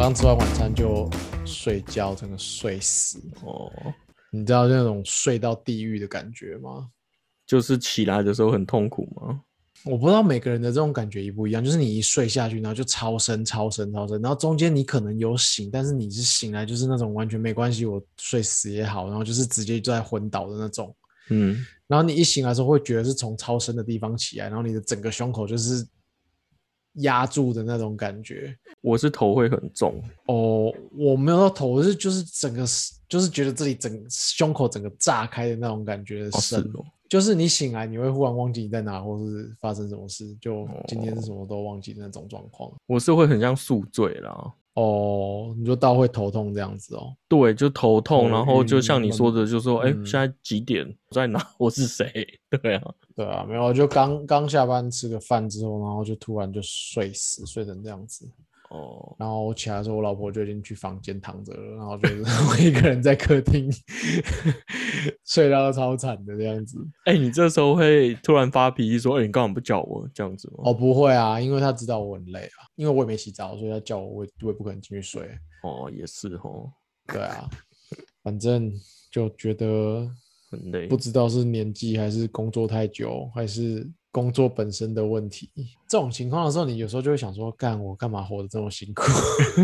刚吃完晚餐就睡觉，整个睡死哦。你知道那种睡到地狱的感觉吗？ 就是起来的时候很痛苦吗？ 我不知道每个人的这种感觉一不一样，就是你一睡下去，然后就超深、然后中间你可能有醒，但是你是醒来就是那种完全没关系，我睡死也好，然后就是直接就在昏倒的那种。然后你一醒来的时候会觉得是从超深的地方起来，然后你的整个胸口就是压住的那种感觉。 我是头会很重哦，我没有到头，我是就是整个就是觉得这里整胸口整个炸开的那种感觉的哦，是深， 哦， 就是你醒来你会忽然忘记你在哪，或是发生什么事，就今天是什哦， 么都忘记的那种状况。 我是会很像宿醉啦。 哦，你就到会头痛这样子哦， 对，就头痛，然后就头晕像你说的，就说，现嗯， 在几点？我在哪？我是谁？对啊， 对啊，没有，就刚下班吃个饭之后，然后就突然就睡死，睡成这样子。 哦， 然后我起来的时候，我老婆就已经去房间躺着了，然后就是我一个人在客厅睡到超惨的这样子。 你这时候会突然发脾气说，你干嘛不叫我这样子哦， 吗？ 不会啊，因为他知道我很累啊，因为我也没洗澡，所以他叫我，我也不可能进去睡。 哦，也是哦， 对啊，反正就觉得很累。 不知道是年纪还是工作太久，还是工作本身的问题。这种情况的时候，你有时候就会想说，我干嘛活得这么辛苦？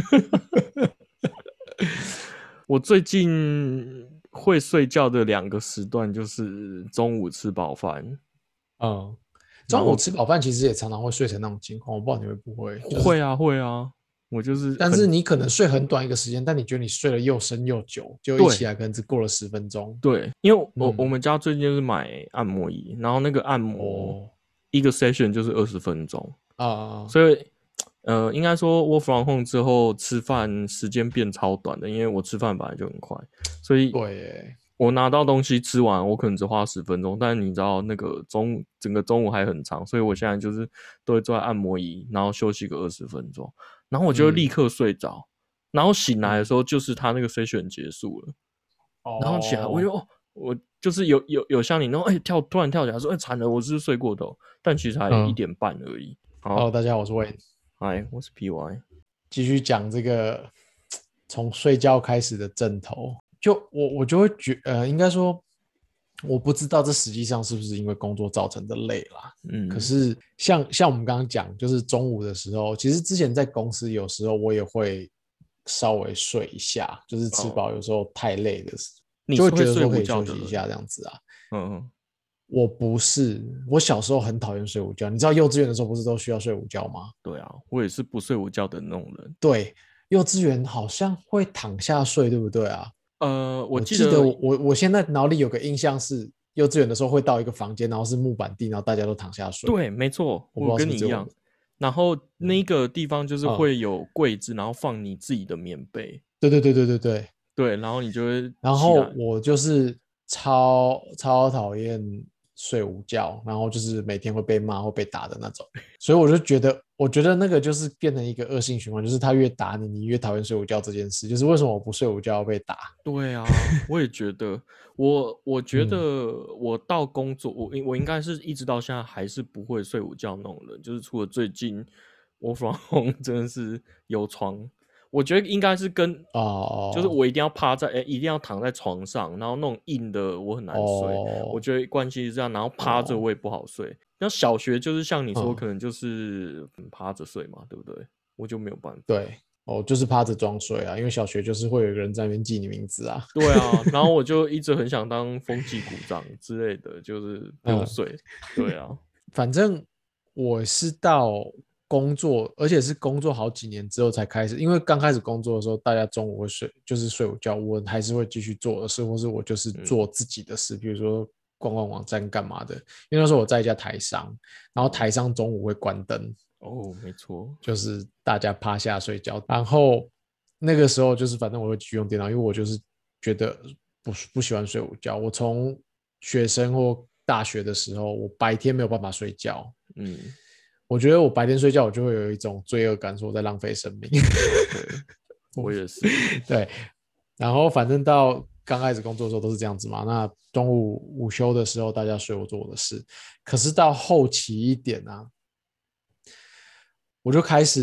我最近会睡觉的2个时段就是中午吃饱饭， 嗯， 然后中午吃饱饭其实也常常会睡成那种情况，我不知道你会不会，就是， 会啊会啊，我就是但是你可能睡很短一个时间，但你觉得你睡了又深又久，就一起对来可能只过了10分钟。 对，因为我嗯， 们家最近就是买按摩椅，然后那个按摩哦， 一个 session 就是20分钟， 啊， 所以应该说 work from home 之后吃饭时间变超短的，因为我吃饭本来就很快，所以对耶， 我拿到东西吃完，我可能只花10分钟，但是你知道那个整个中午还很长，所以我现在就是都会坐在按摩椅，然后休息个20分钟，然后我就会立嗯刻睡着，然后醒来的嗯， 时候就是他那个 session 结束了。然后起来我就哦， 我就是有像你那种突然跳起来说惨了，我是不是睡过头，但其实才一嗯点半而已。 ，Hello， 好， 大家好，我是 Wayne， 嗨，我是 PY。 继续讲这个从睡觉开始的阵头，就我就会应该说我不知道这实际上是不是因为工作造成的累啦。可嗯， 是像我们刚刚讲，就是中午的时候，其实之前在公司有时候我也会稍微睡一下，就是吃饱有哦， 时候太累的时候， 你是会就会觉得睡午说可以休觉的人， 息一下这样子啊。 嗯， 我不是，我小时候很讨厌睡午觉，你知道幼稚园的时候不是都需要睡午觉吗？ 对啊，我也是不睡午觉的那种人。 对，幼稚园好像会躺下睡，对不对啊？ 我我记得记得我现在脑里有个印象是，幼稚园的时候会到一个房间，然后是木板地，然后大家都躺下睡。 对，没错，我我不知道是跟你一样。 不是只有我们。 然后嗯那个地方就是嗯， 会有柜子，然后放你自己的棉被， 对对对对对对。 对，然后你就会然起来。 后我就是超讨厌睡午觉，然后就是每天会被骂或被打的那种。所以我就觉得，我觉得那个就是变成一个恶性循环，就是他越打你，你越讨厌睡午觉这件事。就是为什么我不睡午觉要被打？ 对啊，我也觉得，我觉嗯， 得我到工作，我应该是一直到现在还是不会睡午觉那种人，就是除了最近我 from home 真的是有床，我觉得应该是跟就是哦我一定要趴在，一定要躺在床上，然后那种硬的我很难睡，我哦觉得关系是这样，然后趴着哦， 我也不好睡。那小学就是像你说， 嗯。 可能就是趴着睡嘛，对不对？我就没有办法。 对，哦，就是趴着装睡啊，因为小学就是会有一个人在那边记你名字啊。 对啊，然后我就一直很想当风纪股长之类的，就是不用嗯， 睡。对啊， 反正我是到工作，而且是工作好几年之后才开始，因为刚开始工作的时候，大家中午会睡，就是睡午觉，我还是会继续做的事，或是我就是做嗯， 自己的事，比如说逛逛网站干嘛的。因为那时候我在一家台商，然后台哦商中午会关灯， 哦，没错， 就是大家趴下睡觉。然后那个时候就是反正我会继续用电脑，因为我就是觉得不喜欢睡午觉。我从学生或大学的时候，我白天没有办法睡觉。 嗯， 我觉得我白天睡觉，我就会有一种罪恶感，说我在浪费生命。 对我也是， 对，然后反正到刚开始工作的时候都是这样子嘛。那中午午休的时候，大家睡我做我的事。可是到后期一点啊，我就开始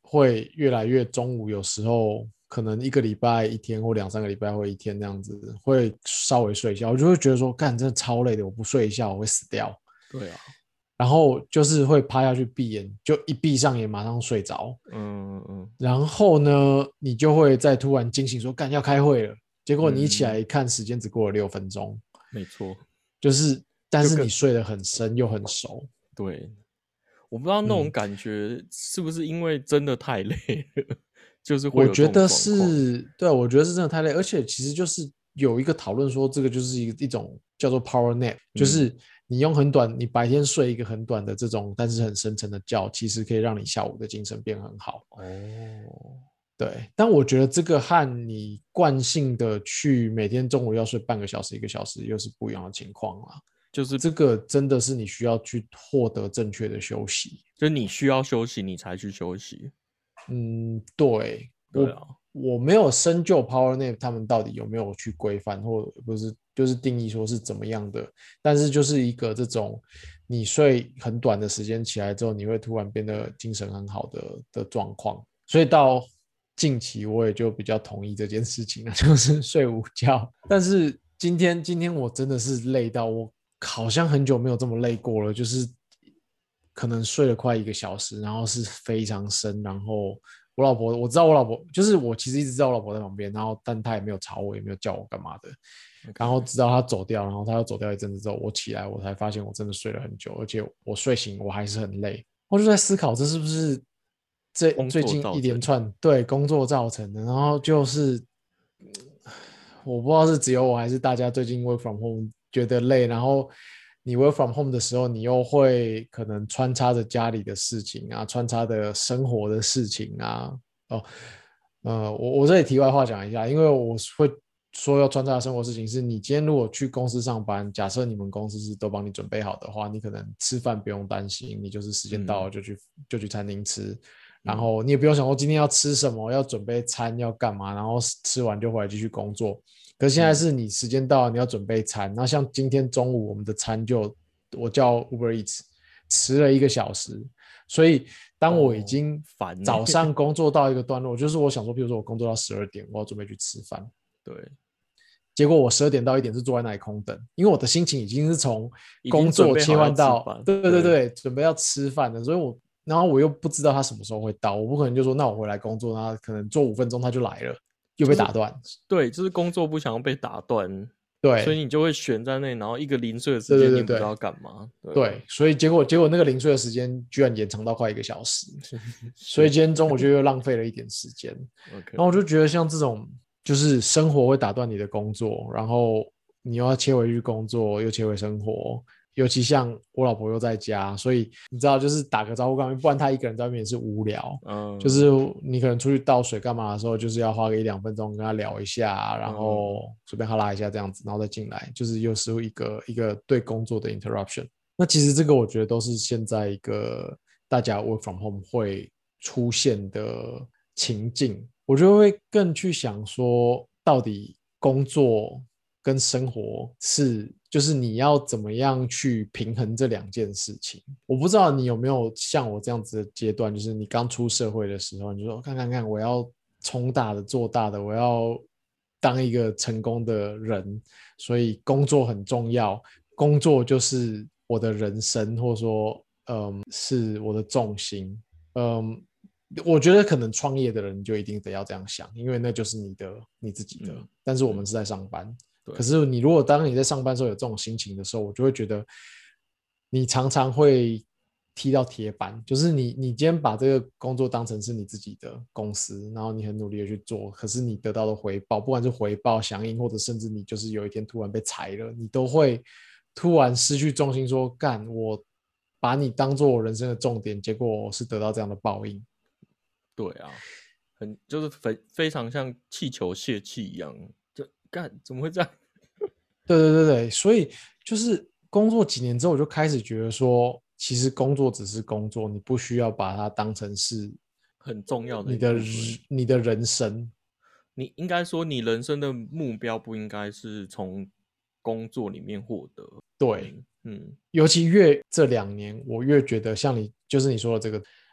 会越来越中午，有时候可能1个礼拜1天或2-3个礼拜会1天那样子，会稍微睡一下，我就会觉得说，干真的超累的，我不睡一下我会死掉。 对啊， 然后就是会趴下去闭眼，就一闭上眼马上睡着。然后呢，你就会再突然惊醒说，干要开会了，结果你一起来一看，时间只过了6分钟。 没错， 就是但是你睡得很深又很熟。 对，我不知道那种感觉是不是因为真的太累了，就是会有这种状况。 我觉得是，对，我觉得是真的太累，而且其实就是有一个讨论说，这个就是一种叫做 power nap，就是你用很短，你白天睡一个很短的这种，但是很深层的觉，其实可以让你下午的精神变很好。对，但我觉得这个和你惯性的去每天中午要睡半个小时、1个小时，又是不一样的情况啦。 就是这个真的是你需要去获得正确的休息， 就是你需要休息，你才去休息。 对，我没有深究 Power Nap 他们到底有没有去规范，或不是就是定义说是怎么样的，但是就是一个这种你睡很短的时间起来之后，你会突然变得精神很好的状况，所以到近期我也就比较同意这件事情了，就是睡午觉。但是今天我真的是累到我好像很久没有这么累过了，就是可能睡了快1个小时，然后是非常深，然后我老婆我知道我老婆就是我其实一直知道我老婆在旁边，然后但她也没有吵我，也没有叫我干嘛的，然后直到她走掉，然后她又走掉一阵子之后，我起来我才发现我真的睡了很久，而且我睡醒我还是很累，我就在思考这是不是最近一连串对工作造成的，然后就是我不知道是只有我还是大家最近 work from home 觉得累，然后你 work from home 的时候，你又会可能穿插着家里的事情啊，穿插着生活的事情啊。我这里题外话讲一下，因为我会说要穿插的生活事情是，你今天如果去公司上班，假设你们公司是都帮你准备好的话，你可能吃饭不用担心，你就是时间到了就去餐厅吃。然后你也不用想说今天要吃什么，要准备餐要干嘛，然后吃完就回来继续工作。可是现在是你时间到了，你要准备餐。那像今天中午我们的餐就我叫 Uber Eats， 迟了1个小时。所以当我已经早上工作到一个段落，就是我想说，比如说我工作到12点，我要准备去吃饭。 对。 结果我12点到1点是坐在那里空等，因为我的心情已经是从工作切换到对，准备要吃饭了，所以然后我又不知道他什么时候会到，我不可能就说那我回来工作，然后可能做5分钟他就来了，又被打断。 对，就是工作不想要被打断， 对， 所以你就会悬在那，然后一个零碎的时间你不知道干嘛。 对，所以结果那个零碎的时间居然延长到快1个小时，所以今天中午就又浪费了一点时间。然后我就觉得像这种就是生活会打断你的工作，然后你又要切回去工作，又切回生活。尤其像我老婆又在家，所以你知道，就是打个招呼干嘛，不然她一个人在外面也是无聊。就是你可能出去倒水干嘛的时候，就是要花个1-2分钟跟她聊一下，然后随便哈拉一下这样子，然后再进来，就是又是一个对工作的 interruption。那其实这个我觉得都是现在一个大家 work from home 会出现的情境，我就会更去想说，到底工作跟生活就是你要怎么样去平衡这2件事情。我不知道你有没有像我这样子的阶段，就是你刚出社会的时候，你就说看我要冲大的做大的，我要当一个成功的人，所以工作很重要，工作就是我的人生，或者说是我的重心。我觉得可能创业的人就一定得要这样想，因为那就是你自己的。但是我们是在上班，可是你如果当你在上班的时候有这种心情的时候，我就会觉得你常常会踢到铁板，就是你今天把这个工作当成是你自己的公司，然后你很努力的去做，可是你得到的回报，不管是回报、响应，或者甚至你就是有一天突然被裁了，你都会突然失去重心，说干，我把你当做我人生的重点，结果我是得到这样的报应。 对啊，就是非常像气球泄气一样，就干怎么会这样？ 对，所以就是工作几年之后，我就开始觉得说，其实工作只是工作，你不需要把它当成是很重要的你的人生。 你应该说，你人生的目标不应该是从工作里面获得。 对，尤其这2年，我越觉得像就是你说的这个，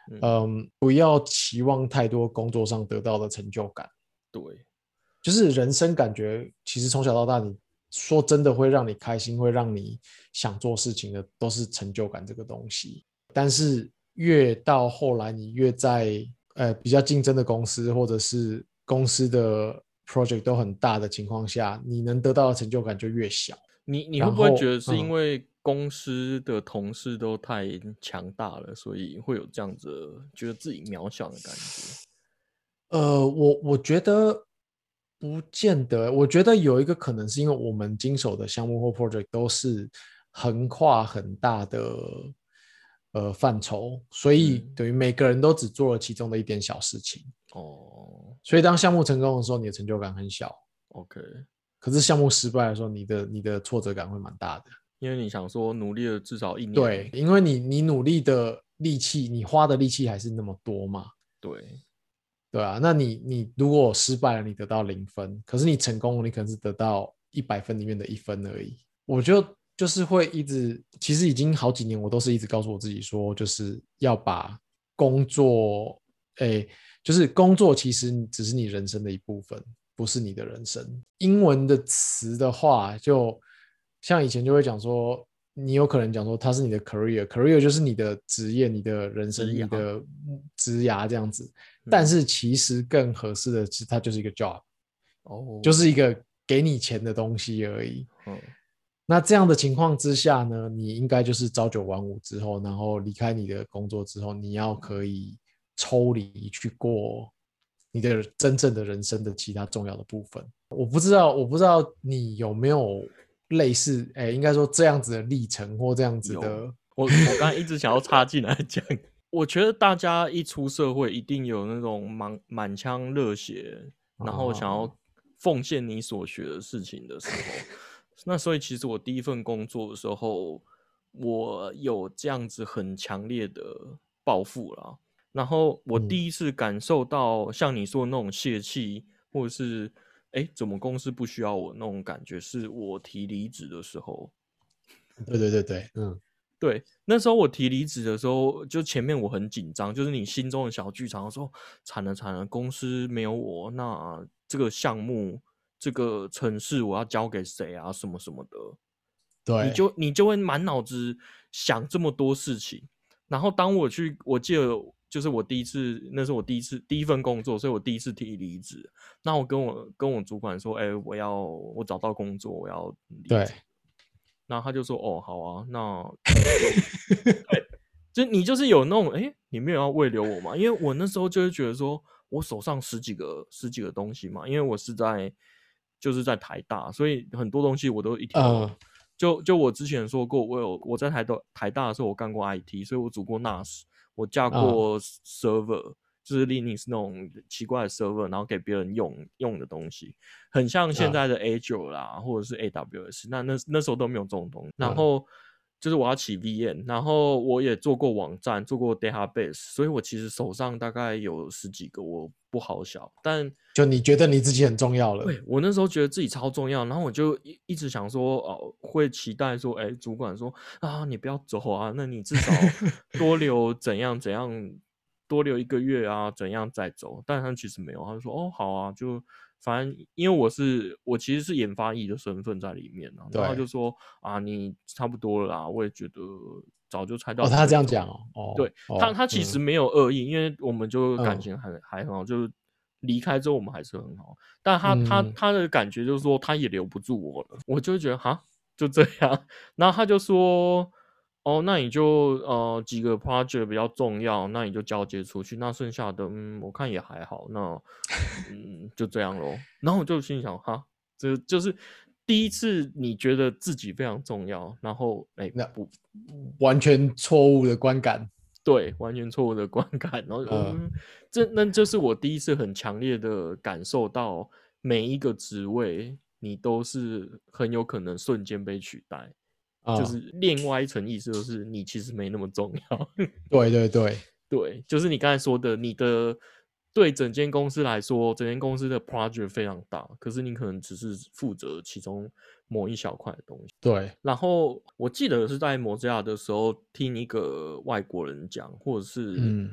不要期望太多工作上得到的成就感。 对， 就是人生感觉，其实从小到大，你说真的会让你开心，会让你想做事情的，都是成就感这个东西。但是越到后来，你越在比较竞争的公司，或者是公司的 project 都很大的情况下，你能得到的成就感就越小。 你会不会觉得是因为公司的同事都太强大了，所以会有这样子觉得自己渺小的感觉？ 我觉得不见得，我觉得有一个可能是因为我们经手的项目或 project 都是横跨很大的范畴，所以等于每个人都只做了其中的一点小事情。所以当项目成功的时候，你的成就感很小。 OK， 可是项目失败的时候，你的挫折感会蛮大的。 因为你想说努力了至少1年， 对，因为你努力的力气，你花的力气还是那么多嘛。对啊，那你如果失败了，你得到0分，可是你成功了，你可能是得到100分里面的1分而已。我就是会一直，其实已经好几年，我都是一直告诉我自己说，就是要把工作，就是工作其实只是你人生的一部分，不是你的人生。英文的词的话，就像以前就会讲说，你有可能讲说它是你的 career 就是你的职业、你的人生、你的职涯这样子。但是其实更合适的是，它就是一个 job，就是一个给你钱的东西而已。那这样的情况之下呢，你应该就是朝9晚5之后，然后离开你的工作之后，你要可以抽离去过你的真正的人生的其他重要的部分。我不知道你有没有类似，应该说这样子的历程或这样子的。 我刚才一直想要插进来讲，我觉得大家一出社会，一定有那种满腔热血，然后想要奉献你所学的事情的时候。那所以其实我第一份工作的时候，我有这样子很强烈的抱负啦。然后我第一次感受到像你说的那种泄气，或者是怎么公司不需要我那种感觉，是我提离职的时候。 对， 对，那时候我提离职的时候，就前面我很紧张，就是你心中的小剧场说惨了，公司没有我，那这个项目、这个城市我要交给谁啊，什么什么的。 对， 你就会满脑子想这么多事情。然后当我记得就是那是我第一份工作，所以我第一次提离职。那我跟我主管说，我找到工作，我要离职。然后他就说：“哦，好啊，那对，就你就是有那种你没有要慰留我嘛？因为我那时候就会觉得说，我手上十几个东西嘛，因为我是就是在台大，所以很多东西我都一条。就我之前说过，我在台大的时候，我干过 IT， 所以我组过 NAS， 我架过 server。就是 Linux 那种奇怪的 server， 然后给别人用的东西，很像现在的 Azure 啦，或者是 AWS。那时候都没有这种东西。然后就是我要起 VM， 然后我也做过网站，做过 database， 所以我其实手上大概有10几个，我不好小。但就你觉得你自己很重要了？ 对，我那时候觉得自己超重要，然后我就一直想说，会期待说，主管说啊，你不要走啊，那你至少多留怎样多留1个月啊，怎样再走？但他其实没有，他就说哦，好啊，就反正因为我其实是研发役的身份在里面啊，然后他就说啊，你差不多了啦，我也觉得早就猜到。 他这样讲对，他其实没有恶意，因为我们就感情还很好，就离开之后我们还是很好。但他的感觉就是说他也留不住我了，我就觉得哈就这样，然后他就说。哦，那你就几个 project 比较重要，那你就交接出去。那剩下的，我看也还好。那就这样咯。然后我就心想，哈，这就是第一次你觉得自己非常重要，然后那不完全错误的观感。 对，完全错误的观感。然后那就是我第一次很强烈的感受到，每一个职位你都是很有可能瞬间被取代。就是另外一层意思，就是你其实没那么重要。对，就是你刚才说的，你的对整间公司来说，整间公司的 project 非常大，可是你可能只是负责其中某一小块的东西。 对。 然后我记得是在摩兹亚的时候听一个外国人讲，或者是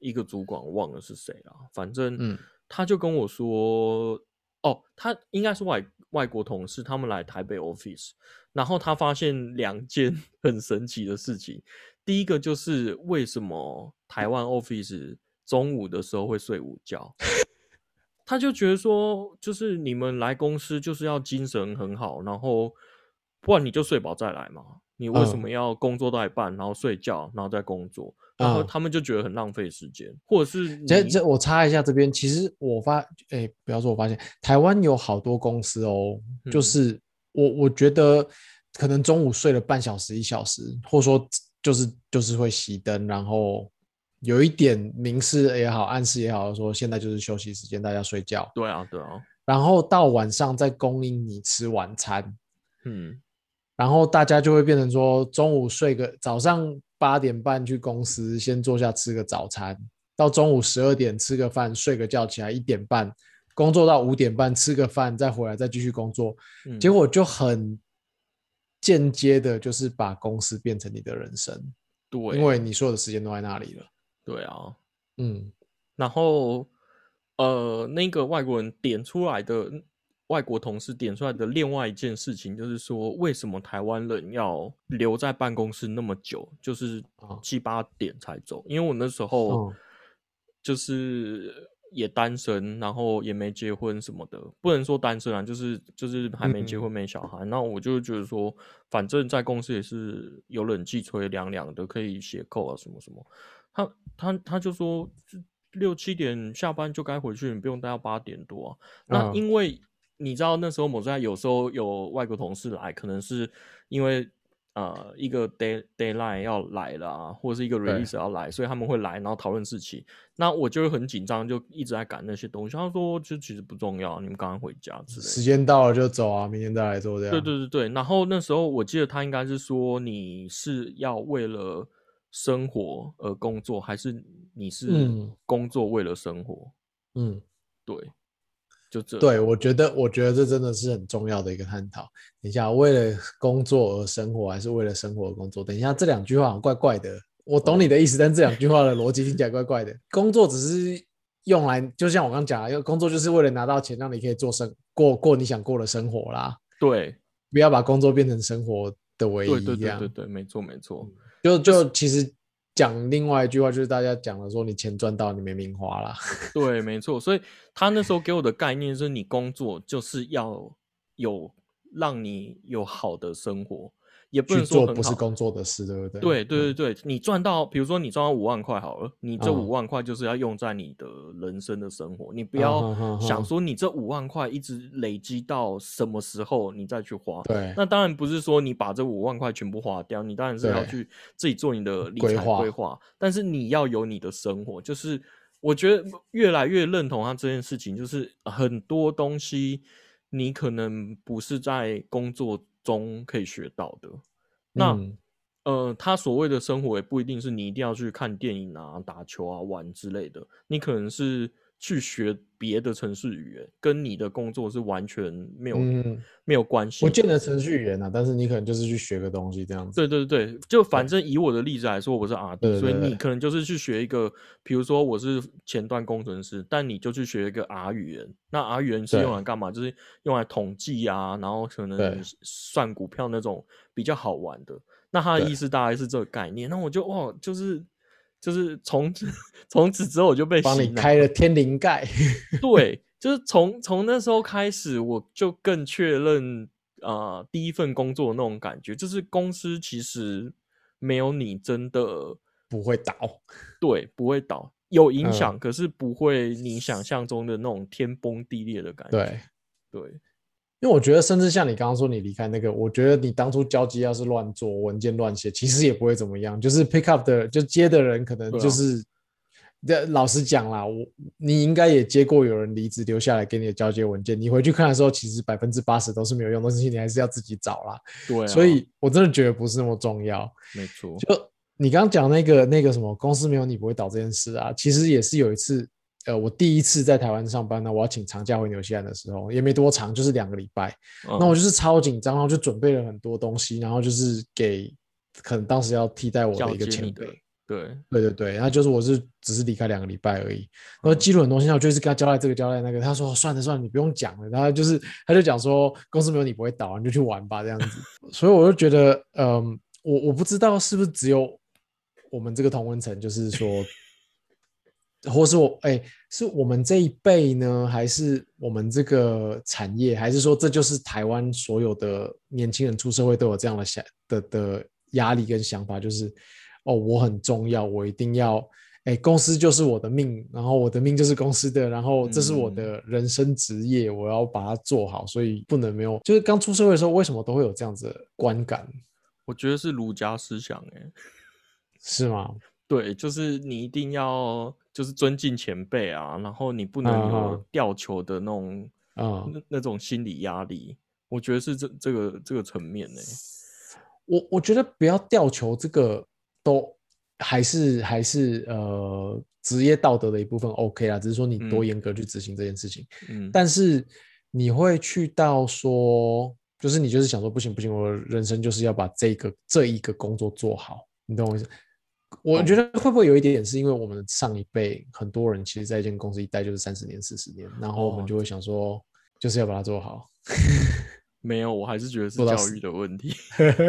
一个主管，忘了是谁啦，反正他就跟我说，他应该是外国同事，他们来台北 office， 然后他发现2件很神奇的事情。第一个就是为什么台湾 office 中午的时候会睡午觉？他就觉得说，就是你们来公司就是要精神很好，然后不然你就睡饱再来嘛。你为什么要工作到一半，然后睡觉，然后再工作？然后他们就觉得很浪费时间，或者是这我插一下这边，其实不要说我发现，台湾有好多公司哦，就是我觉得可能中午睡了半小时1小时，或者说就是会熄灯，然后有一点明示也好，暗示也好，说现在就是休息时间，大家睡觉。 对啊， 然后到晚上再供应你吃晚餐。然后大家就会变成说，中午早上8点半去公司，先坐下吃个早餐，到中午12点吃个饭，睡个觉起来1点半，工作到5点半吃个饭，再回来再继续工作。结果就很间接的，就是把公司变成你的人生。 对， 因为你所有的时间都在那里了。 对啊，然后那个外国人点出来的。外国同事点出来的另外一件事情，就是说为什么台湾人要留在办公室那么久，就是7、8点才走。因为我那时候就是也单身，然后也没结婚什么的，不能说单身啊，就是还没结婚没小孩。那我就觉得说，反正在公司也是有冷气吹凉凉的，可以写扣啊什么什么。他就说6、7点下班就该回去，你不用待到8点多啊。那因为你知道那时候某在有时候有外国同事来，可能是因为一个 deadline 要来了啊，或者是一个 release 要来，所以他们会来，然后讨论事情。那我就会很紧张，就一直在赶那些东西。他说就其实不重要，你们赶快回家之类的。 时间到了就走啊，明天再来做这样。 对。然后那时候我记得他应该是说，你是要为了生活而工作，还是你是工作为了生活？对。就这样。 对，我觉得这真的是很重要的一个探讨。等一下，为了工作而生活，还是为了生活而工作？等一下，这2句话好像怪怪的。我懂你的意思，但这2句话的逻辑听起来怪怪的。工作只是用来，就像我刚刚讲的，工作就是为了拿到钱，让你可以过你想过的生活啦。 对， 不要把工作变成生活的唯一。 对，没错。 就其实讲另外一句话，就是大家讲的说，你钱赚到，你没命花啦。 对，没错。所以他那时候给我的概念是，你工作就是要让你有好的生活，也不能说很好， 去做不是工作的事，对不对？ 对。你赚到，比如说你赚到5万块好了，你这5万块就是要用在你的人生的生活，你不要想说你这5万块一直累积到什么时候你再去花。 对， 那当然不是说你把这5万块全部花掉，你当然是要去自己做你的理财规划，但是你要有你的生活。就是我觉得越来越认同他这件事情，就是很多东西你可能不是在工作中可以学到的。那他所谓的生活也不一定是你一定要去看电影啊、打球啊、玩之类的，你可能是去学别的程式语言，跟你的工作是完全没有关系。 不见得程序员啊，但是你可能就是去学个东西这样子。 对，就反正以我的例子来说，我是 RD， 所以你可能就是去学一个，比如说我是前端工程师，但你就去学一个 R 语言。那 R 语言是用来干嘛？就是用来统计啊，然后可能算股票那种比较好玩的。那他的意思大概是这个概念。那我就就是从此之后我就被帮你开了天灵盖。 对，就是从那时候开始，我就更确认第一份工作的那种感觉，就是公司其实没有你真的不会倒。 对，不会倒，有影响，可是不会你想象中的那种天崩地裂的感觉。对。 因为我觉得，甚至像你刚刚说你离开那个，我觉得你当初交接要是乱做，文件乱写，其实也不会怎么样。就是 pick up 的就接的人可能就是，老实讲啦，你应该也接过有人离职留下来给你的交接文件，你回去看的时候，其实80%都是没有用的东西，你还是要自己找啦。 对， 所以我真的觉得不是那么重要。 没错。 就你刚刚讲那个什么公司没有你不会倒这件事啊，其实也是有一次。我第一次在台湾上班呢，我要请长假回纽西兰的时候，也没多长，就是2个礼拜。那我就是超紧张，然后就准备了很多东西，然后就是给可能当时要替代我的一个前辈。 对对对对，然后就是我只是离开2个礼拜而已，然后记录很多，现在我就是跟他交代这个交代那个，他说算了算了，你不用讲了，然后他就讲说公司没有你不会倒，你就去玩吧这样子，所以我就觉得，我不知道是不是只有我们这个同温层，就是说，或是是我们这一辈呢，还是我们这个产业，还是说这就是台湾所有的年轻人出社会都有这样的压力跟想法，就是我很重要，我一定要公司就是我的命，然后我的命就是公司的，然后这是我的人生职业，我要把它做好，所以不能没有，就是刚出社会的时候，为什么都会有这样子的观感？ 我觉得是儒家思想是吗？ 对，就是你一定要就是尊敬前辈啊，然后你不能有吊球的那种心理压力，我觉得是这个层面我觉得不要吊球，这个都还是职业道德的一部分 OK 啦，只是说你多严格去执行这件事情。但是你会去到说，就是你就是想说不行不行，我的人生就是要把这一个工作做好，你懂我意思？我觉得会不会有一点是因为我们上一辈很多人其实在一间公司一待就是30年40年，然后我们就会想说就是要把它做好。 没有，我还是觉得是教育的问题。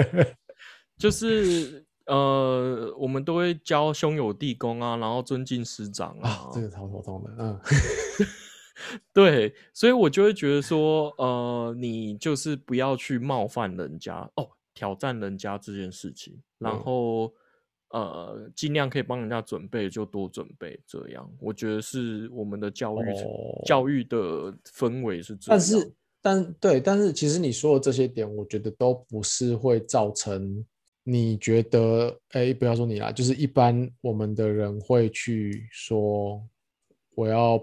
就是我们都会教兄友弟恭啊，然后尊敬师长啊， 这个超头痛的， 对，所以我就会觉得说，你就是不要去冒犯人家挑战人家这件事情，然后尽量可以帮人家准备就多准备，这样我觉得是我们的教育的氛围是这样。 但是其实你说的这些点，我觉得都不是会造成你觉得，不要说你啦，就是一般我们的人会去说，我要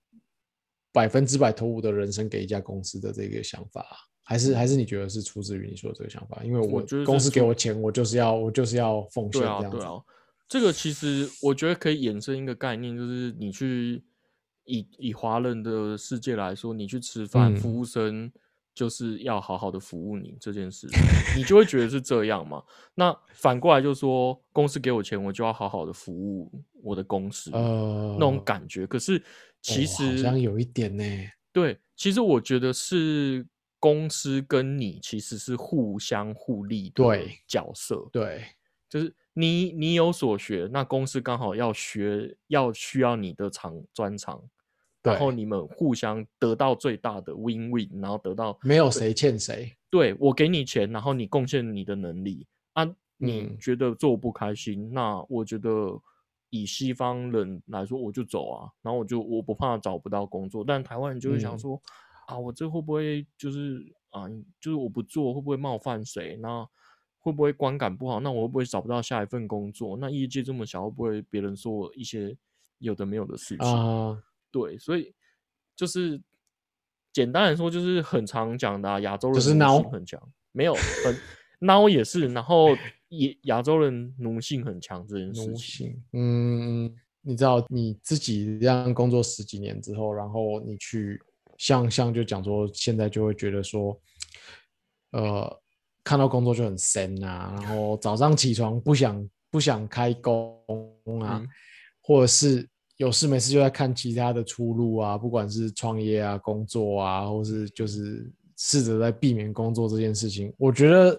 100%投入的人生给一家公司的这个想法，还是你觉得是出自于你说的这个想法？因为我公司给我钱，我就是要奉献这样子。 对啊，这个其实我觉得可以衍生一个概念，就是你去以华人的世界来说，你去吃饭，服务生就是要好好的服务你这件事，你就会觉得是这样嘛。那反过来就说，公司给我钱，我就要好好的服务我的公司，那种感觉。可是其实好像有一点呢。 对，其实我觉得是公司跟你其实是互相互利的角色。 对， 就是你有所学，那公司刚好需要你的专长，然后你们互相得到最大的 win-win， 然后得到没有谁欠谁。 对，我给你钱，然后你贡献你的能力啊，你觉得做不开心，那我觉得以西方人来说，我就走啊，然后我不怕找不到工作，但台湾人就会想说，我这会不会就是就是我不做会不会冒犯谁？那会不会观感不好？那我会不会找不到下一份工作？那业界这么小，会不会别人说我一些有的没有的事情？对，所以就是简单来说，就是很常讲的亚洲人奴性很强，没有很孬也是，然后亚洲人奴性很强这件事情。 你知道你自己这样工作10几年之后，然后你去像就讲说，现在就会觉得说，看到工作就很深啊，然后早上起床不想开工啊，或者是有事没事就在看其他的出路啊，不管是创业啊、工作啊，或是就是试着在避免工作这件事情，我觉得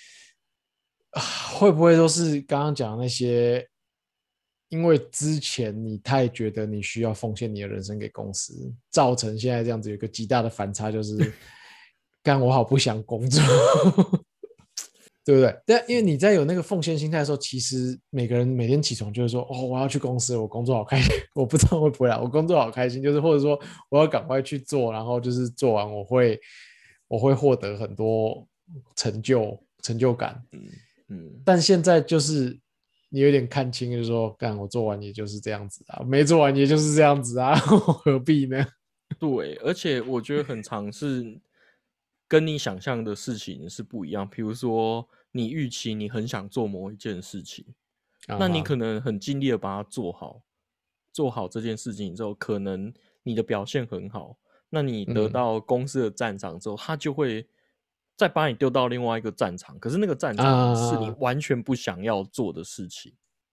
会不会都是刚刚讲的那些？因为之前你太觉得你需要奉献你的人生给公司，造成现在这样子有一个极大的反差，就是干我好不想工作，对不对？但因为你在有那个奉献心态的时候，其实每个人每天起床就是说，我要去公司，我工作好开心，我不知道会不会啦，我工作好开心，就是或者说我要赶快去做，然后就是做完我会获得很多成就感，但现在就是你有点看清，就是说，干我做完也就是这样子啊，没做完也就是这样子啊，何必呢？ 对，而且我觉得很常是跟你想象的事情是不一样。比如说，你预期你很想做某一件事情，那你可能很尽力的把它做好这件事情之后，可能你的表现很好，那你得到公司的赞赏之后，他就会再把你丢到另外一个战场，可是那个战场是你完全不想要做的事情。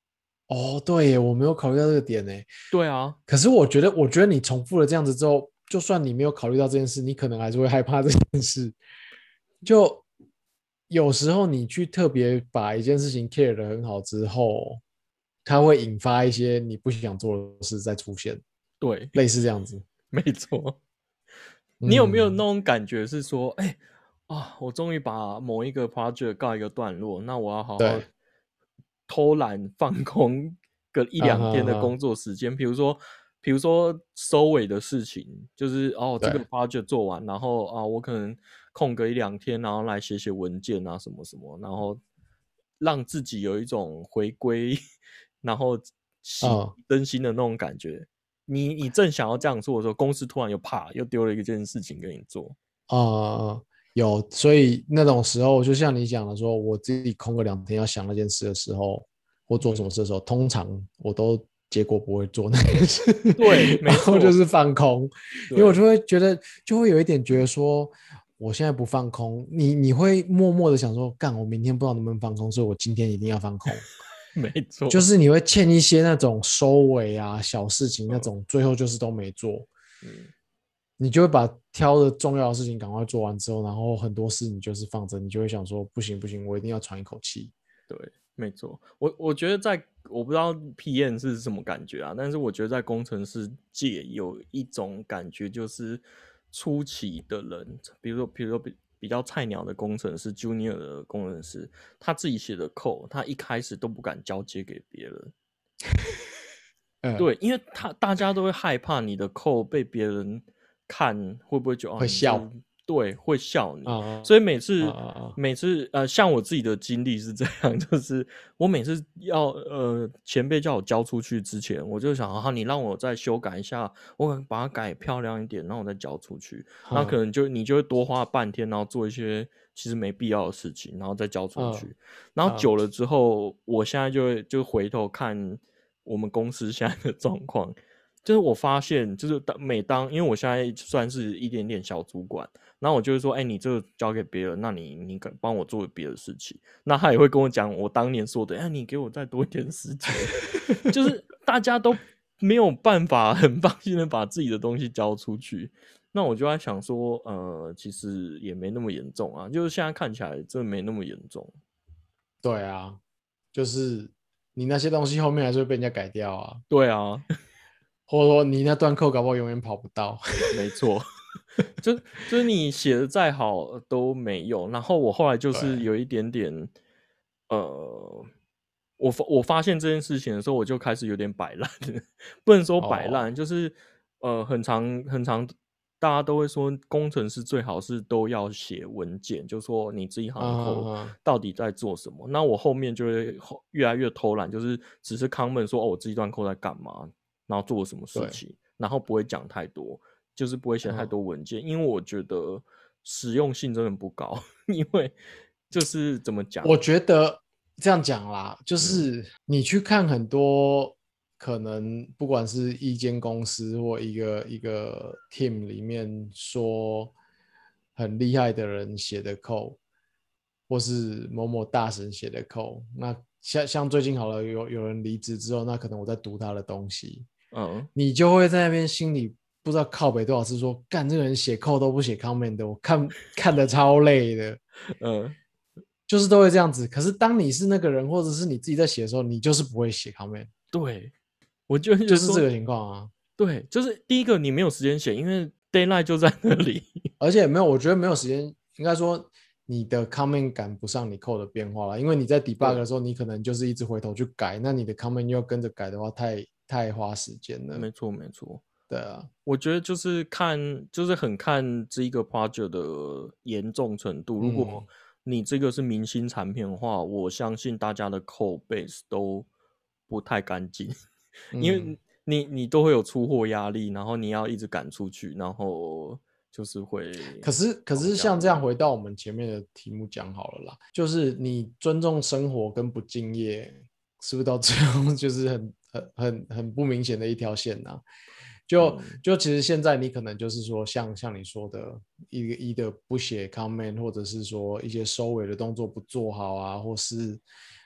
哦，对耶，我没有考虑到这个点呢。 对啊， 可是我觉得你重复了这样子之后，就算你没有考虑到这件事，你可能还是会害怕这件事。就有时候你去特别把一件事情 care 得很好之后，它会引发一些你不想做的事再出现， 对， 类似这样子。 没错。你有没有那嗯， 种感觉是说，哎、我终于把某一个 project 告一个段落，那我要好好对， 偷懒放空个一啊两天的工哈哈， 作时间，比如说收尾的事情，就是这个对， project 做完，然后我可能空个一两天，然后来写写文件啊什么什么，然后让自己有一种回归，然后洗嗯。 更新的那种感觉。你正想要这样做的时候，公司突然又丢了一件事情给你做。 有，所以那种时候，就像你讲的说，我自己空个2天要想那件事的时候，或做什么事的时候，通常我都结果不会做那件事， 对， 然没错， 后就是放空，因为我对， 就会觉得，就会有一点觉得说，我现在不放空，你会默默的想说，干，我明天不知道能不能放空，所以我今天一定要放空， 没就错， 是你会欠一些那种收尾啊、小事情那嗯种，最后就是都没做。 嗯， 你就会把挑的重要的事情赶快做完之后，然后很多事你就是放着，你就会想说不行不行，我一定要喘一口气。 对，没错。我觉得我不知道 PM 是什么感觉啊，但是我觉得在工程师界有一种感觉，就是初期的人，比如说比较菜鸟的工程师，Junior 的工程师，他自己写的 code，他一开始都不敢交接给别人。 嗯， 对，因为大家都会害怕你的 code 被别人看，会不会觉得会你这笑对会笑你， 啊所以每次啊每次像我自己的经历是这样，就是我每次要前辈叫我交出去之前，我就想你让我再修改一下，我可能把它改漂亮一点，然后我再交出去，然后可啊能你就会多花半天，然后做一些其实没必要的事情，然后再交出啊去，然后啊久了之后，我现在就回头看我们公司现在的状况，就是我发现，就是每当因为我现在算是一点点小主管，然后我就会说，哎、你这个交给别人，那你帮我做别的事情，那他也会跟我讲我当年说的，哎、你给我再多一点时间，就是大家都没有办法很放心的把自己的东西交出去。那我就在想说，其实也没那么严重啊，就是现在看起来真的没那么严重。 对啊，就是你那些东西后面还是会被人家改掉啊， 对啊， 或者说你那段扣搞不好永远跑不到。 没错，就是你写的再好都没用。然后我后来就是对， 有一点点，呃，我发现这件事情的时候，我就开始有点摆烂，不能说摆烂， 哦， 就是很长，大家都会说工程师最好是都要写文件，就说你这一啊行扣啊到底在做什么。那我后面就会越来越偷懒，就是只是 comment 说我这一段扣在干嘛，然后做了什么事对， 情，然后不会讲太多。就是不会写太嗯。 多文件，因为我觉得实用性真的不高。因为就是怎么讲， 我觉得这样讲啦，就嗯是你去看很多可能不管是一间公司或一个 team 里面说很厉害的人写的 code，或是某某大神写的 code，那像最近好了有人离职之后，那可能我在读他的东西， 嗯， 你就会在那边心里不知道靠北多少次说，干这个人写 code 都不写 comment 的，我看的超累的。 嗯， 就是都会这样子。可是当你是那个人，或者是你自己在写的时候，你就是不会写 comment， 对，我就觉得说， 就是这个情况啊。 对，就是第一个你没有时间写，因为 d a y l i g h t 就在那里。 而且没有，我觉得没有时间，应该说你的 comment 赶不上你 code 的变化了，因为你在 debug 对， 的时候，你可能就是一直回头去改，那你的 comment 又要跟着改的话，太花时间了。 没错没错。 对啊， 我觉得就是很看这一个 project 的严重程度。如果嗯你这个是明星产品的话，我相信大家的 code base 都不太干净，因嗯。 为你都会有出货压力，然后你要一直赶出去，然后就是会可是像这样回到我们前面的题目讲好了啦，就是你尊重生活跟不敬业，是不是到最后就是很不明显的一条线呐、 嗯就其实现在你可能就是说像你说的一的不写 comment，或者是说一些收尾的动作不做好啊，或是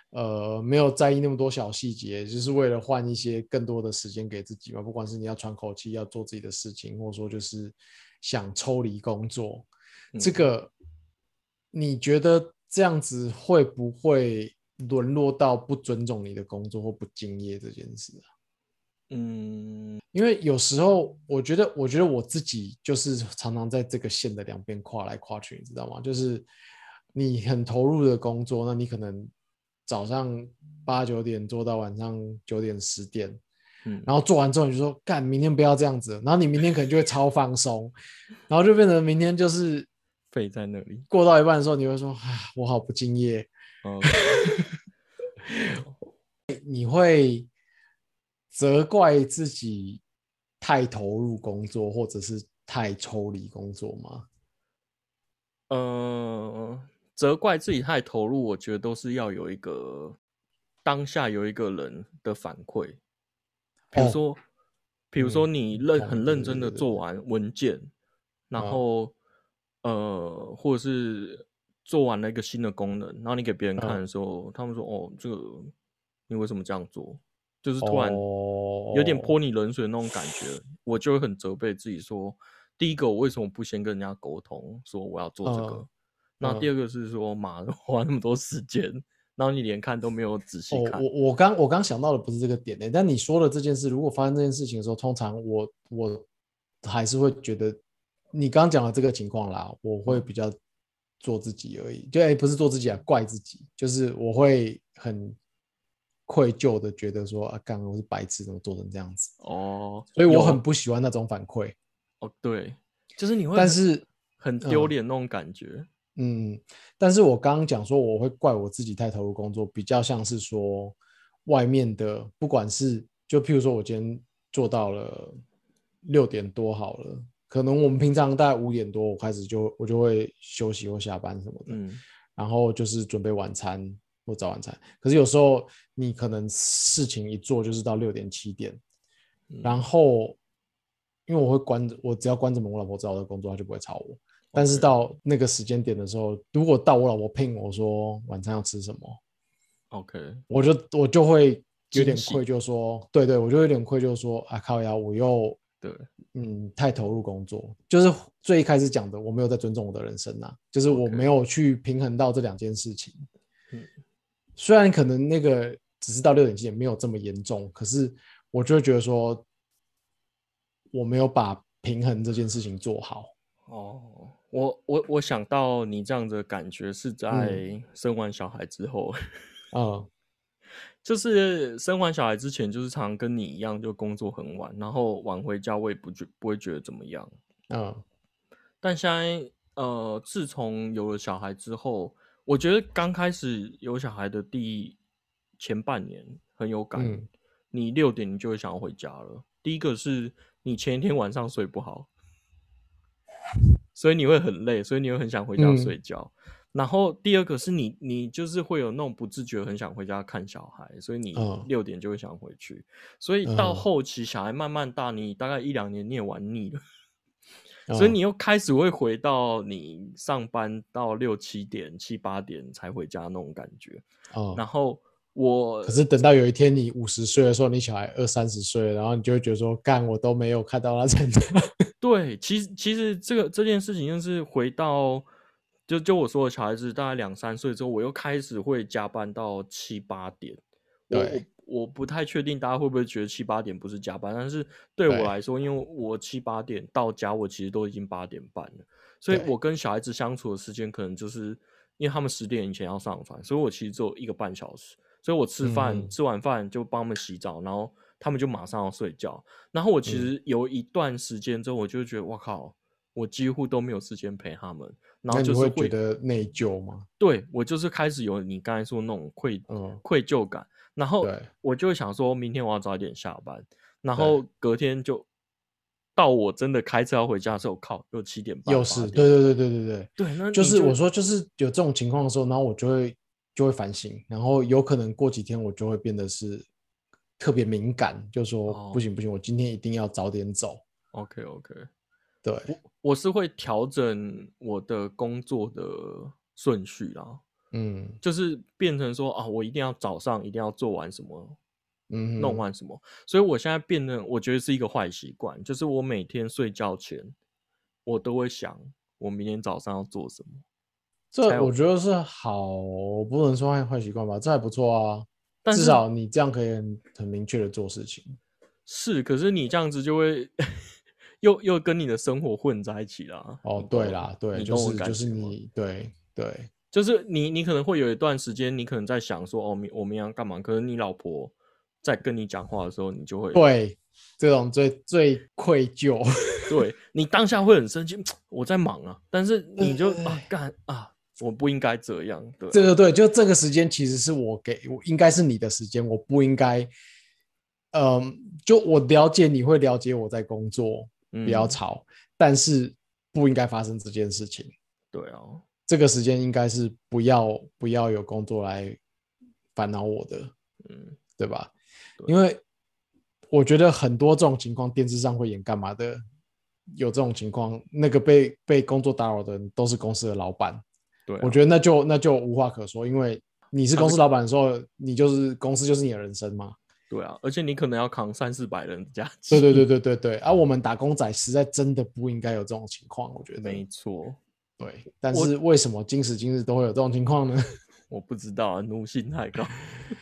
没有在意那么多小细节，就是为了换一些更多的时间给自己嘛。不管是你要喘口气，要做自己的事情，或者说就是想抽离工作，这个你觉得这样子会不会沦落到不尊重你的工作或不敬业这件事啊？因为有时候我觉得我自己就是常常在这个线的两边跨来跨去，你知道吗？就是你很投入的工作，那你可能早上8、9点做到晚上9点10点，然后做完之后你就说干，明天不要这样子，然后你明天可能就会超放松，然后就变成明天就是废在那里。 过到一半的时候，你会说啊，我好不敬业。你会责怪自己太投入工作，或者是太抽离工作吗？ 责怪自己太投入，我觉得都是要有一个当下有一个人的反馈，比如说，你很认真的做完文件，然后或者是做完了一个新的功能，然后你给别人看的时候，他们说哦，这个你为什么这样做？就是突然有点泼你冷水的那种感觉，我就会很责备自己说，第一个我为什么不先跟人家沟通说我要做这个？那第二个是说，妈的，花那么多时间，然后你连看都没有仔细看。 我刚想到的不是这个点但你说的这件事，如果发生这件事情的时候，通常我还是会觉得你刚刚讲的这个情况啦，我会比较做自己而已，就不是做自己啊，怪自己，就是我会很愧疚的觉得说啊，刚刚我是白痴，怎么做成这样子？所以我很不喜欢那种反馈。 对，就是你会但是很丢脸那种感觉。 但是我刚刚讲说我会怪我自己太投入工作，比较像是说外面的，不管是就譬如说我今天做到了6点多好了，可能我们平常大概5点多我就会休息或下班什么的，然后就是准备晚餐或早晚餐。可是有时候你可能事情一做就是到6点7点，然后因为我只要关着门，我老婆知道我在工作，她就不会吵我。但是到那个时间点的时候，如果到我老婆聘我说晚餐要吃什么我就会有点愧疚说，对，我就有点愧疚说啊靠呀，我又太投入工作，就是最一开始讲的，我没有在尊重我的人生啊，就是我没有去平衡到这两件事情。虽然可能那个只是到6点7点没有这么严重，可是我就会觉得说我没有把平衡这件事情做好。 我想到你这样的感觉是在生完小孩之后，就是生完小孩之前，就是常常跟你一样，就工作很晚，然后晚回家，我也不会觉得怎么样。但现在自从有了小孩之后，我觉得刚开始有小孩的前半年很有感。你6点你就会想要回家了。第一个是你前一天晚上睡不好，所以你会很累，所以你会很想回家睡觉。然后第二个是你就是会有那种不自觉很想回家看小孩，所以你6点就会想回去。所以到后期小孩慢慢大，你大概1-2年你也玩腻了，所以你又开始会回到你上班到6-7点、7-8点才回家那种感觉。然后可是等到有一天你50岁的时候，你小孩20-30岁，然后你就会觉得说，干我都没有看到他成长。 对，其实这件事情就是回到就我说的小孩子大概2-3岁之后，我又开始会加班到7-8点。我不太确定大家会不会觉得7-8点不是加班，但是对我来说，因为我7-8点到家，我其实都已经8点半了，所以我跟小孩子相处的时间可能就是因为他们10点以前要上床，所以我其实只有1个半小时，所以我吃完饭就帮他们洗澡，然后他们就马上要睡觉。然后我其实有一段时间之后，我就觉得哇靠，我几乎都没有时间陪他们。然后就是那你会觉得内疚吗？ 对，我就是开始有你刚才说那种愧疚感，然后我就会想说明天我要早一点下班，然后隔天就到我真的开车要回家的时候，靠，又7点半又是对， 那就是我说就是有这种情况的时候，然后我就会反省，然后有可能过几天我就会变得是特别敏感，就说不行，我今天一定要早点走。 OK， 对， 我是会调整我的工作的顺序啦。 就是变成说啊，我一定要早上一定要做完什么，弄完什么，所以我现在变得我觉得是一个坏习惯，就是我每天睡觉前我都会想我明天早上要做什么。 这我觉得是好，不能说坏习惯吧，这还不错啊。至少你这样可以很明确的做事情。 是，可是你这样子就会又跟你的生活混在一起啦。 哦，对啦，对，就是你，对， 就是你可能会有一段时间，你可能在想说，哦，我明天要干嘛？可是你老婆在跟你讲话的时候，你就会对这种最愧疚。 对你当下会很生气，我在忙啊，但是你就干啊，我不应该这样。对， 对，就这个时间其实是我应该是你的时间，我不应该。就我了解你会了解我在工作，不要吵，但是不应该发生这件事情。 对啊， 这个时间应该是不要有工作来烦恼我的，对吧？因为我觉得很多这种情况，电视上会演干嘛的，有这种情况，那个被工作打扰的人都是公司的老板。 对啊， 我觉得那就无话可说，因为你是公司老板的时候，你就是公司就是你的人生嘛。 对啊，而且你可能要扛300-400人的假期。 对，而我们打工仔实在真的不应该有这种情况，我觉得。 没错。 对，但是为什么今时今日都会有这种情况呢？ 我不知道啊，奴性太高。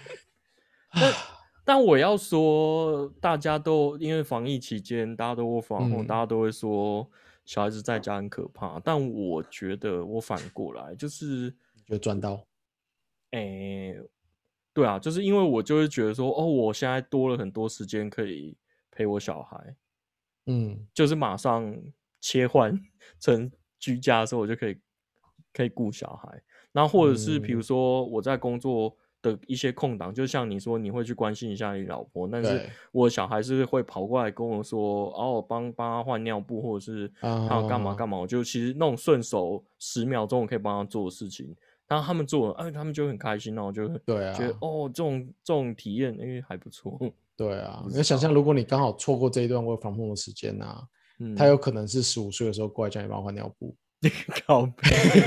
但我要说，大家都因为防疫期间，大家都work from home，大家都会说小孩子在家很可怕。但我觉得我反过来，就是觉得赚到， 对啊，就是因为我就会觉得说，哦，我现在多了很多时间可以陪我小孩，就是马上切换成居家的时候，我就可以顾小孩。然后或者是比如说我在工作的一些空档，就像你说你会去关心一下你老婆，但是我小孩是会跑过来跟我说，哦，帮他换尿布，或者是他要干嘛干嘛，我就其实那种顺手10秒钟我可以帮他做的事情。然后他们做了，他们就很开心，然后就觉得哦，这种体验，还不错。 对啊，你想象如果你刚好错过这一段work from home的时间啊，他有可能是15岁的时候过来叫你帮我换尿布。 靠背。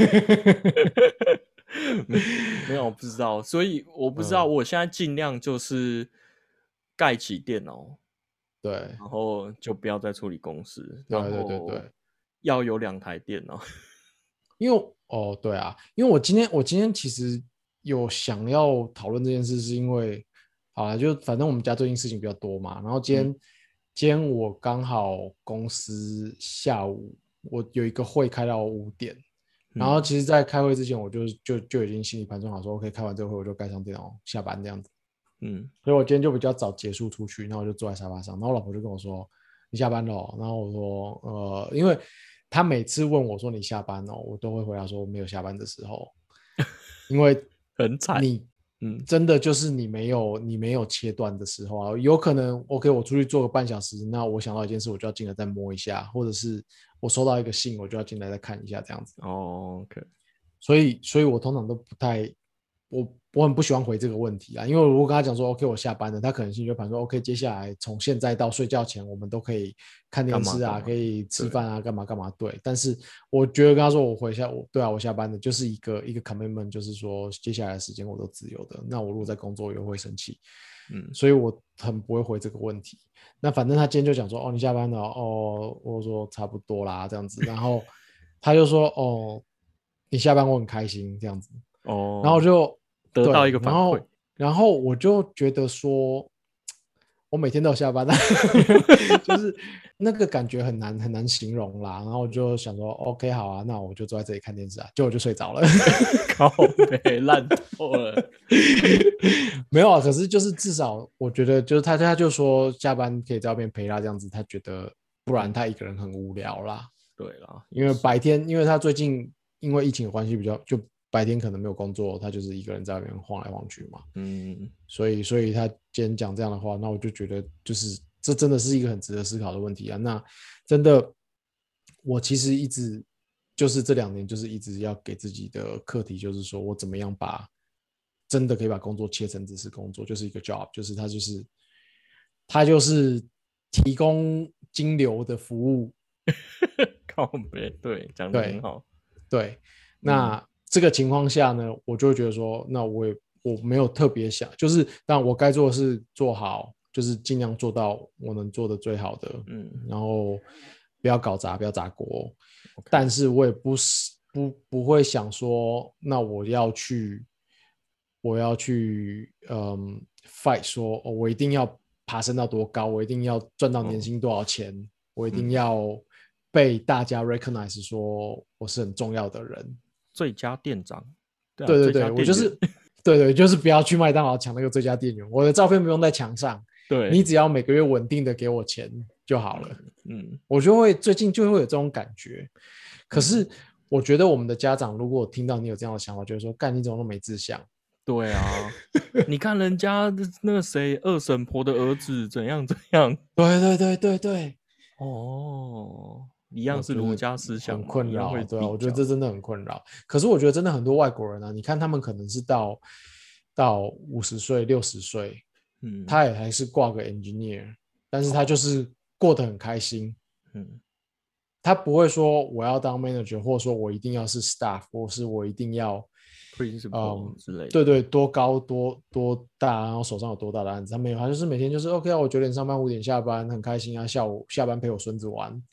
没有，我不知道，所以我不知道，我现在尽量就是盖起电脑， 对， 然后就不要再处理公事， 对， 要有2台电脑。 因为对啊，因为我今天其实有想要讨论这件事，是因为好了，就反正我们家最近事情比较多嘛，然后今天我刚好公司下午我有一个会开到5点，然后其实在开会之前我就已经心里盘算好说 OK 开完这个会我就盖上电脑下班这样子。所以我今天就比较早结束出去，然后我就坐在沙发上，然后我老婆就跟我说你下班了哦，然后我说因为他每次问我说你下班了，我都会回答说没有下班的时候，因为很惨， 真的就是你没有切断的时候啊，有可能 OK 我出去做个半小时，那我想到一件事我就要进来再摸一下，或者是我收到一个信我就要进来再看一下这样子。 OK。 所以我通常都不太，我很不喜欢回这个问题啊，因为如果跟他讲说 OK 我下班了，他可能性就盘说 OK 接下来从现在到睡觉前我们都可以看电视啊，可以吃饭啊，干嘛干嘛。对，但是我觉得跟他说我下班了，就是一个 commitment， 就是说接下来的时间我都自由的。那我如果在工作又会生气，所以我很不会回这个问题。那反正他今天就讲说哦你下班了哦，我说差不多啦这样子，然后他就说哦你下班我很开心这样子。然后就得到一个反馈， 然后我就觉得说，我每天都有下班，就是那个感觉很难形容啦。然后我就想说，OK 好啊，那我就坐在这里看电视啊，结果我就睡着了， 靠北烂透了。 没有啊，可是就是至少我觉得就是他就说下班可以在外面陪他这样子，他觉得不然他一个人很无聊啦。 对啦， 因为白天因为他最近因为疫情的关系比较就。白天可能没有工作，他就是一个人在外面晃来晃去嘛。所以他今天讲这样的话，那我就觉得就是这真的是一个很值得思考的问题啊。那真的，我其实一直就是这2年就是一直要给自己的课题，就是说我怎么样真的可以把工作切成只是工作，就是一个 job， 就是他就是提供金流的服务。 靠北，对，讲得很好。 对，那这个情况下呢，我就会觉得说，那我没有特别想，就是当然我该做的事做好，就是尽量做到我能做的最好的，然后不要搞砸，不要砸锅。但是我也不会想说，那我要去fight 说，我一定要爬升到多高，我一定要赚到年薪多少钱，我一定要被大家 recognize 说我是很重要的人， 最佳店长。 对，我就是对，就是不要去麦当劳抢那个最佳店员，我的照片不用在墙上， 对， 你只要每个月稳定的给我钱就好了。我就会最近就会有这种感觉。可是我觉得我们的家长如果听到你有这样的想法，就会说干你怎么那么没志向。 对啊，你看人家那个谁二婶婆的儿子怎样， 对， 哦，一样是儒家思想， 很困扰。对啊，我觉得这真的很困扰。可是我觉得真的很多外国人啊，你看他们可能是到50岁60岁，他也还是挂个 engineer， 但是他就是过得很开心。他不会说我要当 manager， 或者说我一定要是 staff， 或是我一定要 principal 之类的。 对，多高多大，然后手上有多大的案子，他没有，他就是每天就是 OK 啊，我9点上班5点下班，很开心啊，下班陪我孙子玩。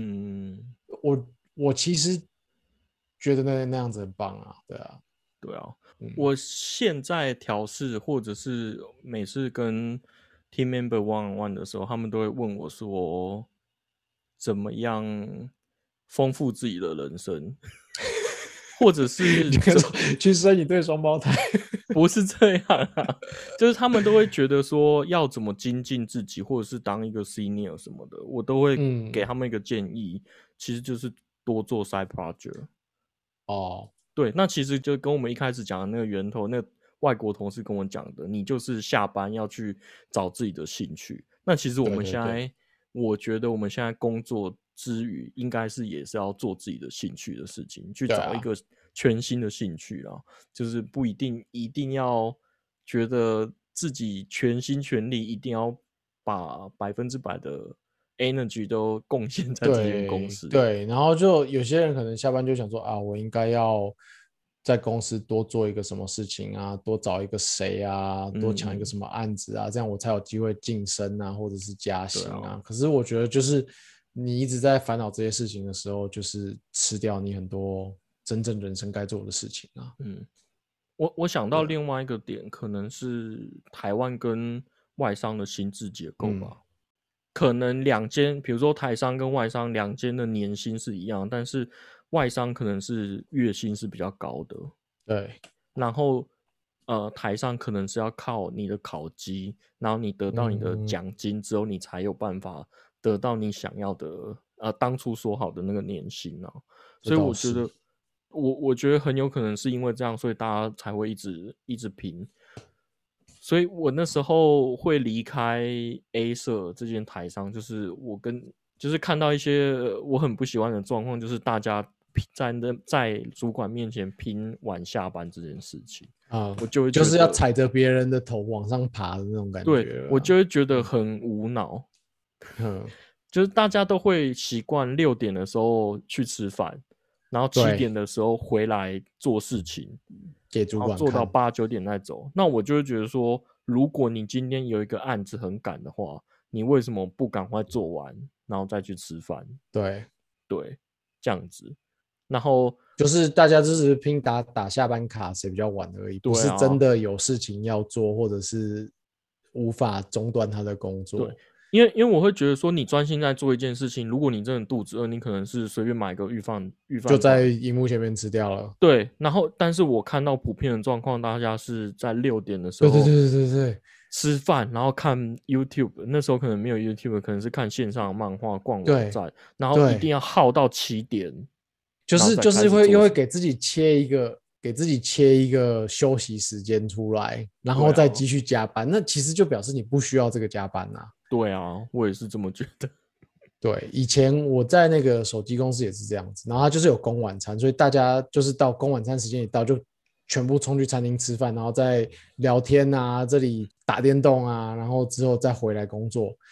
我其实觉得那样子很棒啊， 对啊，我现在调试或者是每次跟 team member one on one 的时候，他们都会问我说，怎么样丰富自己的人生，或者是去生一对双胞胎， 不是这样啊，就是他们都会觉得说要怎么精进自己，或者是当一个 senior 什么的，我都会给他们一个建议，其实就是多做 side project。对，那其实就跟我们一开始讲的那个源头，那外国同事跟我讲的，你就是下班要去找自己的兴趣。那其实我们现在，我觉得我们现在工作之余，应该是也是要做自己的兴趣的事情，去找一个全新的兴趣啦。就是不一定要觉得自己全心全力，一定要把100%的 energy 都贡献在这间公司。 对，然后就有些人可能下班就想说啊，我应该要在公司多做一个什么事情啊，多找一个谁啊，多抢一个什么案子啊，这样我才有机会晋升啊，或者是加薪啊。可是我觉得就是你一直在烦恼这些事情的时候，就是吃掉你很多真正人生该做的事情啊。 我想到另外一个点，可能是台湾跟外商的薪资结构吧。可能两间，比如说台商跟外商两间的年薪是一样，但是外商可能是月薪是比较高的。 对， 然后台商可能是要靠你的考绩，然后你得到你的奖金之后，你才有办法得到你想要的当初说好的那个年薪啊。所以我觉得我觉得很有可能是因为这样，所以大家才会一直拼。所以我那时候会离开 A 社这间台商，就是就是看到一些我很不喜欢的状况，就是大家在主管面前拼晚下班这件事情啊，我就会就是要踩着别人的头往上爬的那种感觉。 对，我就会觉得很无脑。就是大家都会习惯6点的时候去吃饭，然后7点的时候回来做事情， 给主管做到8、9点再走。那我就会觉得说，如果你今天有一个案子很赶的话，你为什么不赶快做完，然后再去吃饭？ 对， 这样子。然后就是大家就是拼打下班卡，谁比较晚而已，不是真的有事情要做，或者是无法中断他的工作。 对，因为我会觉得说，你专心在做一件事情，如果你真的肚子饿，你可能是随便买个预饭就在荧幕前面吃掉了。 对，然后但是我看到普遍的状况，大家是在6点的时候， 对， 吃饭，然后看 YouTube， 那时候可能没有 YouTube， 可能是看线上漫画、逛网站，然后一定要耗到7点， 就是会给自己切一个休息时间出来，然后再继续加班。那其实就表示你不需要这个加班啊。 对啊，我也是这么觉得。 对，以前我在那个手机公司也是这样子，然后它就是有供晚餐，所以大家就是到供晚餐时间一到，就全部冲去餐厅吃饭，然后再聊天啊，这里打电动啊，然后之后再回来工作。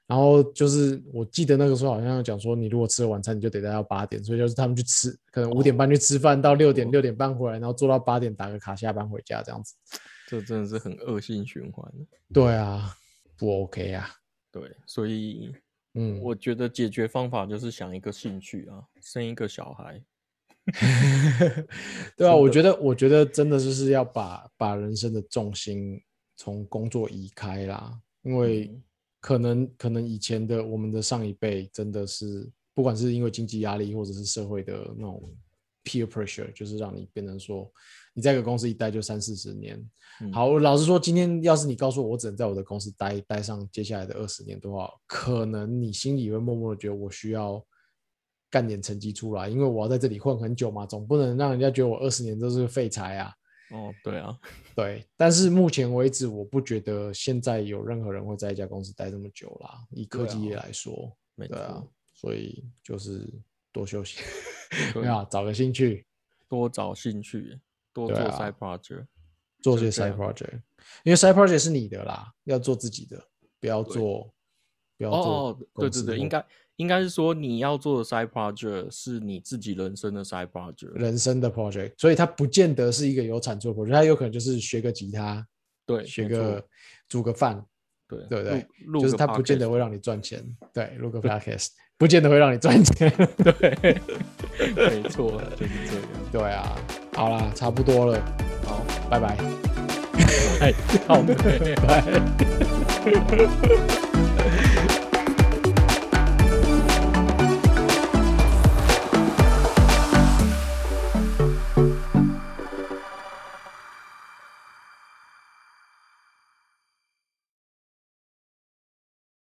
然后就是我记得那个时候好像讲说，你如果吃了晚餐，你就得待到8点，所以就是他们去吃，可能5点半去吃饭，到6点半回来，然后做到8点打个卡下班回家这样子。 这真的是很恶性循环。 对啊，不 OK 啊。 对，所以我觉得解决方法就是想一个兴趣啊，生一个小孩。 对啊，我觉得真的就是要把人生的重心从工作移开啦，因为可能以前的我们的上一辈真的是不管是因为经济压力或者是社会的那种 peer pressure， 就是让你变成说你在一个公司一待就30-40年。好，老实说，今天要是你告诉我只能在我的公司待上接下来的20年的话，可能你心里会默默的觉得我需要干点成绩出来，因为我要在这里混很久嘛，总不能让人家觉得我20年都是废材啊。 对啊， 对，但是目前为止，我不觉得现在有任何人会在一家公司待这么久啦。以科技业来说，对啊，所以就是多休息，没有找个兴趣， 多找兴趣，多做 side project， 做些 side project， 因为 side project 是你的啦，要做自己的，不要做公司。 对，应该是说你要做的 side project 是你自己人生的 side project， 人生的 project， 所以它不见得是一个有产出的 project， 它有可能就是学个吉他， 对， 煮个饭，对不对？ 就是它不见得会让你赚钱，对，录个 podcast 不见得会让你赚钱， 对，没错，就是这样。 对啊，好啦，差不多了，好，拜拜， 好，拜拜。